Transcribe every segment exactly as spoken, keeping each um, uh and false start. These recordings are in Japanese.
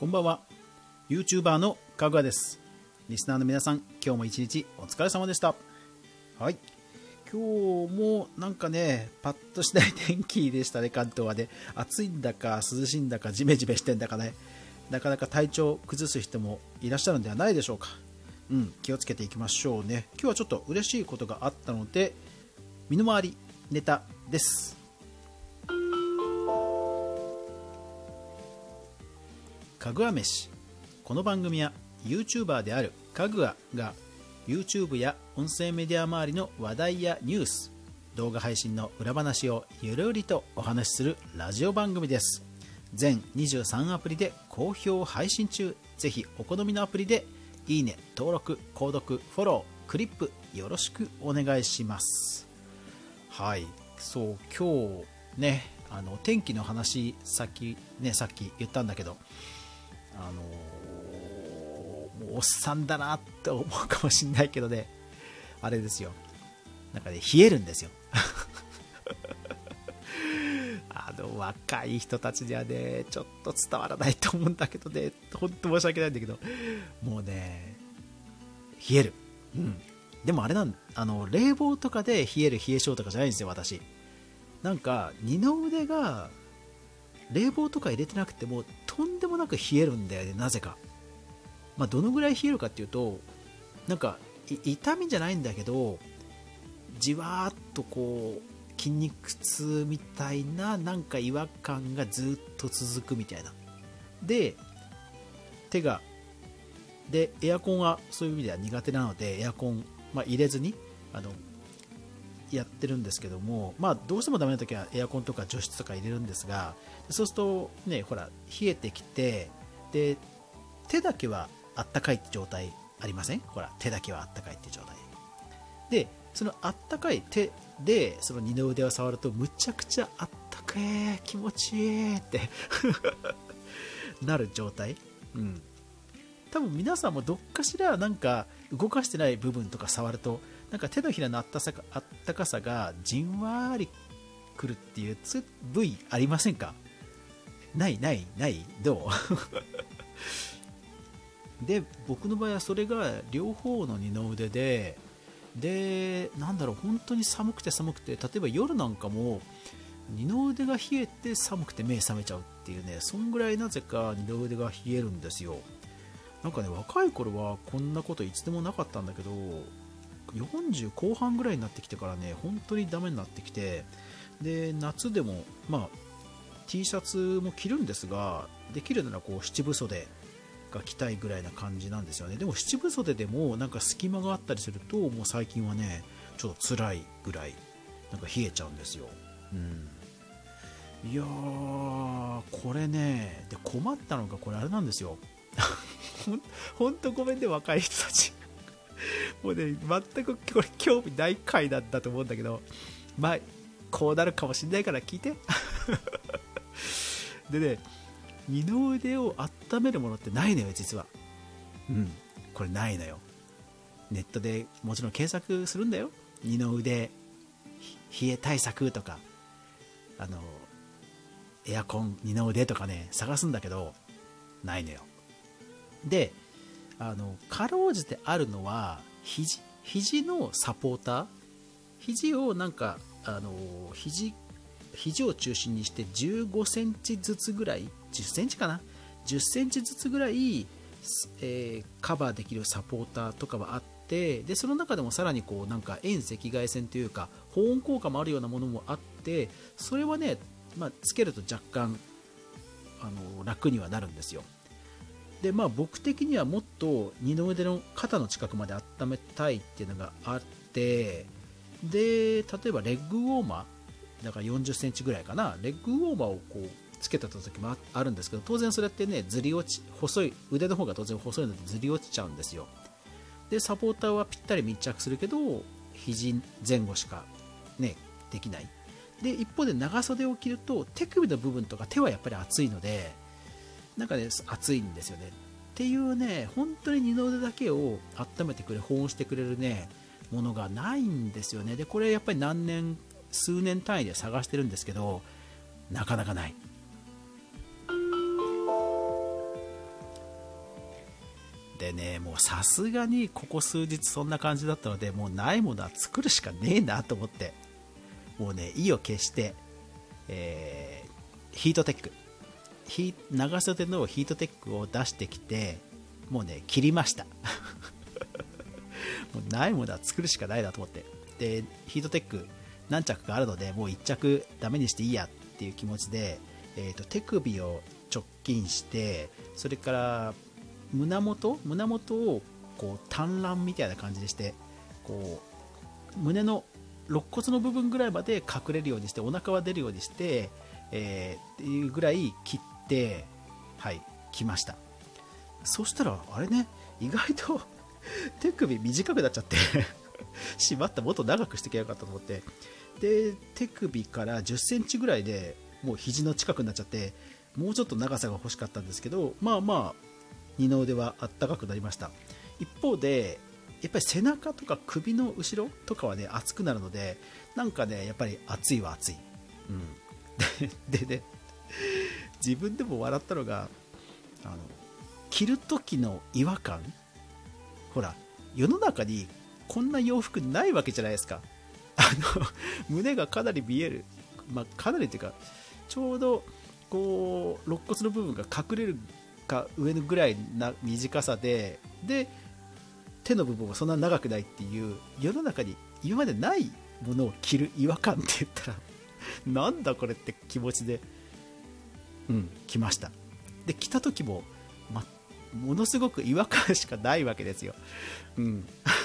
こんばんは。 YouTuber のかぐわです。リスナーの皆さん、今日も一日お疲れ様でした。はい、今日もなんかね、パッとしない天気でしたね。関東はね、暑いんだか涼しいんだかジメジメしてんだかね、なかなか体調崩す人もいらっしゃるんではないでしょうか。うん、気をつけていきましょうね。今日はちょっと嬉しいことがあったので、身の回りネタです。かぐわ飯。この番組は YouTuber であるかぐわが YouTube や音声メディア周りの話題やニュース、動画配信の裏話をゆるりとお話しするラジオ番組です。全にじゅうさんアプリで好評配信中。ぜひお好みのアプリでいいね、登録、購読、フォロー、クリップよろしくお願いします。はい、そう今日ね、あの天気の話さっきねさっき言ったんだけど、あのー、もうおっさんだなって思うかもしれないけどね、あれですよ、なんかね冷えるんですよあの若い人たちにはねちょっと伝わらないと思うんだけどね、本当申し訳ないんだけど、もうね冷える、うん、でもあれなんあの冷房とかで冷える冷え性とかじゃないんですよ。私なんか二の腕が冷房とか入れてなくてもとんでもなく冷えるんだよね、なぜか。まあ、どのぐらい冷えるかっていうと、なんか痛みじゃないんだけど、じわーっとこう筋肉痛みたいな、なんか違和感がずっと続くみたいな。で手がでエアコンはそういう意味では苦手なので、エアコン、まあ、入れずにあのやってるんですけども、まあ、どうしてもダメな時はエアコンとか除湿とか入れるんですが、そうするとね、ほら冷えてきて、で手だけはあったかいって状態ありません？ほら手だけはあったかいって状態で、そのあったかい手でその二の腕を触るとむちゃくちゃあったかい、気持ちいいってなる状態。うん、多分皆さんもどっかしらなんか動かしてない部分とか触ると、なんか手のひらのあったさあったかさがじんわりくるっていう部位ありませんか？ないないないどうで僕の場合はそれが両方の二の腕で、でなんだろう、本当に寒くて寒くて、例えば夜なんかも二の腕が冷えて寒くて目覚めちゃうっていうね、そんぐらいなぜか二の腕が冷えるんですよ。なんかね、若い頃はこんなこといつでもなかったんだけど、よんじゅうこう半ぐらいになってきてからね、本当にダメになってきて、で夏でもまあ T シャツも着るんですが、できるならこう七分袖が着たいぐらいな感じなんですよね。でも七分袖でもなんか隙間があったりすると、もう最近はねちょっと辛いぐらいなんか冷えちゃうんですよ。うん、いやーこれね、で困ったのがこれあれなんですよほんとごめんね若い人たちもうね全くこれ興味ない回なんだと思うんだけど、まあこうなるかもしれないから聞いてでね、二の腕を温めるものってないのよ実は。うんこれないのよ。ネットでもちろん検索するんだよ、二の腕冷え対策とか、あのエアコン二の腕とかね探すんだけどないのよ。であのかろうじてあるのは肘肘のサポーター、肘をなんかあの肘肘を中心にしてじゅうごセンチずつぐらい、じゅっセンチかな、じゅっセンチずつぐらい、えー、カバーできるサポーターとかはあって、でその中でもさらにこうなんか遠赤外線というか保温効果もあるようなものもあって、それはね、まあ、つけると若干あの楽にはなるんですよ。でまあ僕的にはもっと二の腕の肩の近くまで温めたいっていうのがあって、で例えばレッグウォーマーだからよんじゅっセンチぐらいかな、レッグウォーマーをこうつけてた時もあるんですけど、当然それってねずり落ち、細い腕の方が当然細いのでずり落ちちゃうんですよ。でサポーターはぴったり密着するけど肘前後しかねできない。で一方で長袖を着ると手首の部分とか手はやっぱり熱いので、なんかね熱いんですよね。っていうね、本当に二の腕だけを温めてくれる、保温してくれるねものがないんですよね。でこれやっぱり何年数年単位で探してるんですけど、なかなかない。 でね、もうさすがにここ数日そんな感じだったので、もうないものは作るしかねえなと思って、もうね、意を決して、えー、ヒートテックヒ長袖のヒートテックを出してきて、もうね切りましたもうないものは作るしかないなと思って、でヒートテック何着かあるので、もういっ着ダメにしていいやっていう気持ちで、えーと、手首を直近して、それから胸元胸元をこう単乱みたいな感じでして、こう胸の肋骨の部分ぐらいまで隠れるようにして、お腹は出るようにして、えー、っていうぐらい切って、はい、来ました。そしたらあれね、意外と手首短くなっちゃってしまった、もっと長くしてきゃよかったと思って、で手首からじゅっセンチぐらいでもう肘の近くになっちゃって、もうちょっと長さが欲しかったんですけど、まあまあ二の腕はあったかくなりました。一方でやっぱり背中とか首の後ろとかはね熱くなるので、なんかねやっぱり暑いは暑い、うん、で, でね自分でも笑ったのが、あの着る時の違和感、ほら世の中にこんな洋服ないわけじゃないですか。あの胸がかなり見える、まあ、かなりというかちょうどこう肋骨の部分が隠れるか上のぐらいな短さで、で手の部分はそんな長くないっていう、世の中に今までないものを着る違和感って言ったらなんだこれって気持ちで、うん、着ました。で着た時も、ま、ものすごく違和感しかないわけですよ、うん、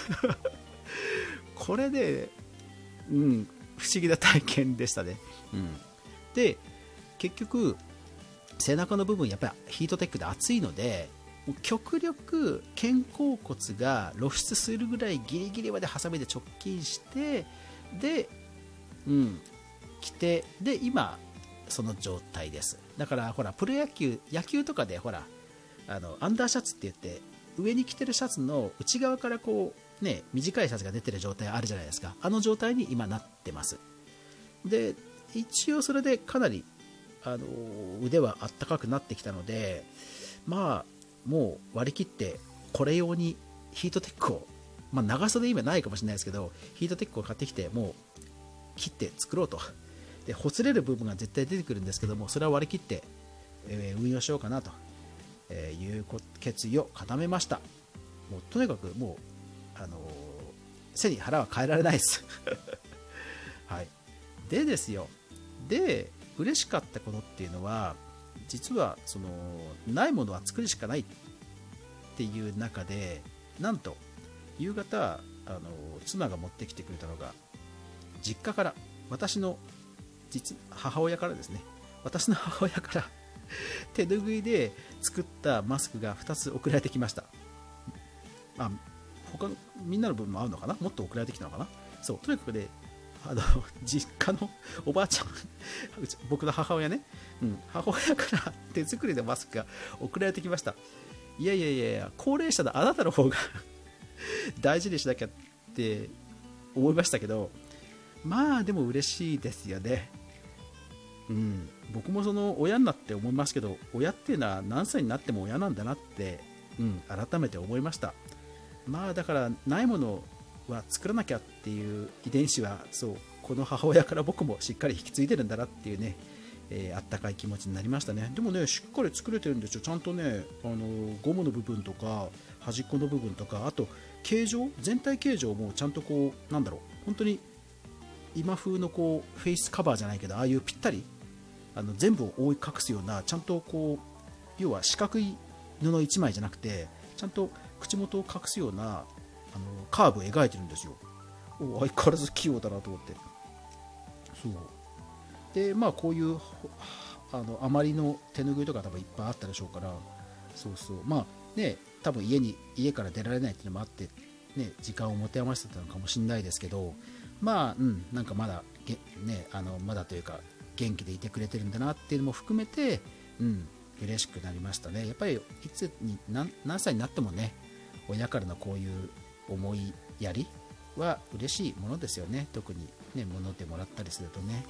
これで、うん、不思議な体験でしたね、うん、で結局背中の部分やっぱりヒートテックで熱いので、極力肩甲骨が露出するぐらいギリギリまでハサミで直近して、で、うん、着て、で今その状態です。だからほらプロ野球野球とかでほらあのアンダーシャツって言って上に着てるシャツの内側からこうね短いシャツが出てる状態あるじゃないですか。あの状態に今なってます。で一応それでかなりあの腕はあったかくなってきたので、まあもう割り切ってこれ用にヒートテックを、まあ、長袖今ないかもしれないですけど、ヒートテックを買ってきてもう切って作ろうと。でほつれる部分が絶対出てくるんですけども、それは割り切って、えー、運用しようかなと、えー、いう決意を固めました。もうとにかくもう、あのー、背に腹は変えられないですはい、でですよ、で嬉しかったことっていうのは、実はそのないものは作るしかないっていう中で、なんと夕方あの妻が持ってきてくれたのが、実家から私の実母親からですね、私の母親から手拭いで作ったマスクがふたつ送られてきました。まあ他みんなの分も合うのかな、もっと送られてきたのかな。そうとにかくね、あの実家のおばあちゃん僕の母親ね、うん、母親から手作りのマスクが送られてきました。いやいやいやいや、高齢者のあなたの方が大事にしなきゃって思いましたけど、まあでも嬉しいですよね。うん、僕もその親になって思いますけど、親っていうのは何歳になっても親なんだなって、うん、改めて思いました。まあだからないものは作らなきゃっていう遺伝子は、そうこの母親から僕もしっかり引き継いでるんだなっていうね、えー、あったかい気持ちになりましたね。でもね、しっかり作れてるんですよ。ちゃんとね、あのゴムの部分とか端っこの部分とか、あと形状、全体形状もちゃんとこう、なんだろう、本当に今風のこうフェイスカバーじゃないけど、ああいうぴったりあの全部を覆い隠すような、ちゃんとこう要は四角い布いちまいじゃなくて、ちゃんと口元を隠すようなあのカーブを描いてるんですよ。お相変わらず器用だなと思って。そうで、まあこういうあのあまりの手拭いとか多分いっぱいあったでしょうから、そうそうまあね、多分家に家から出られないっていうのもあって、ね、時間を持て余してたのかもしれないですけど、まあうんなんかまだね、あのまだというか元気でいてくれてるんだなっていうのも含めて、うん嬉しくなりましたね。やっぱりいつに 何, 何歳になってもね、親からのこういう思いやりは嬉しいものですよね。特にね、物でもらったりするとね、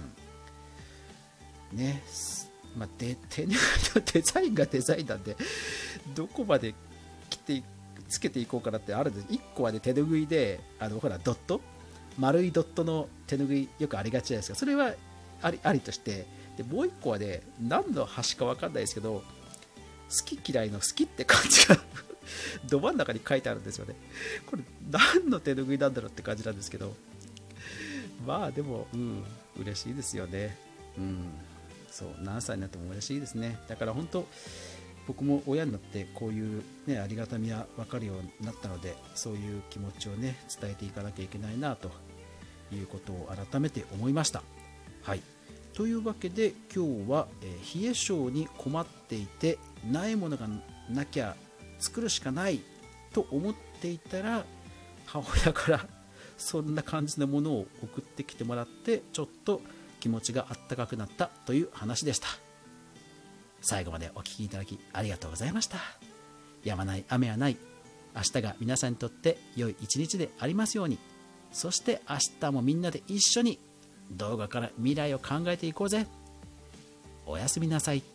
うんね、まあ、で手デザインがデザインなんでどこまできってつけていこうかなってあるんです。いっこはね手拭いで、あのほらドット丸いドットの手拭いよくありがちじゃないですか。それはありありとして、でもういっこはね何の端か分かんないですけど、好き嫌いの好きって感じがど真ん中に書いてあるんですよね。これ何の手拭いなんだろうって感じなんですけど、まあでもうん嬉しいですよね。うんそう何歳になっても嬉しいですね。だから本当僕も親になってこういう、ね、ありがたみは分かるようになったので、そういう気持ちをね伝えていかなきゃいけないなということを改めて思いました。はい、というわけで今日は、えー、冷え性に困っていてないものがなきゃ作るしかないと思っていたら、母親からそんな感じのものを送ってきてもらって、ちょっと気持ちがあったかくなったという話でした。最後までお聞きいただきありがとうございました。止まない雨はない。明日が皆さんにとって良い一日でありますように。そして明日もみんなで一緒に動画から未来を考えていこうぜ。おやすみなさい。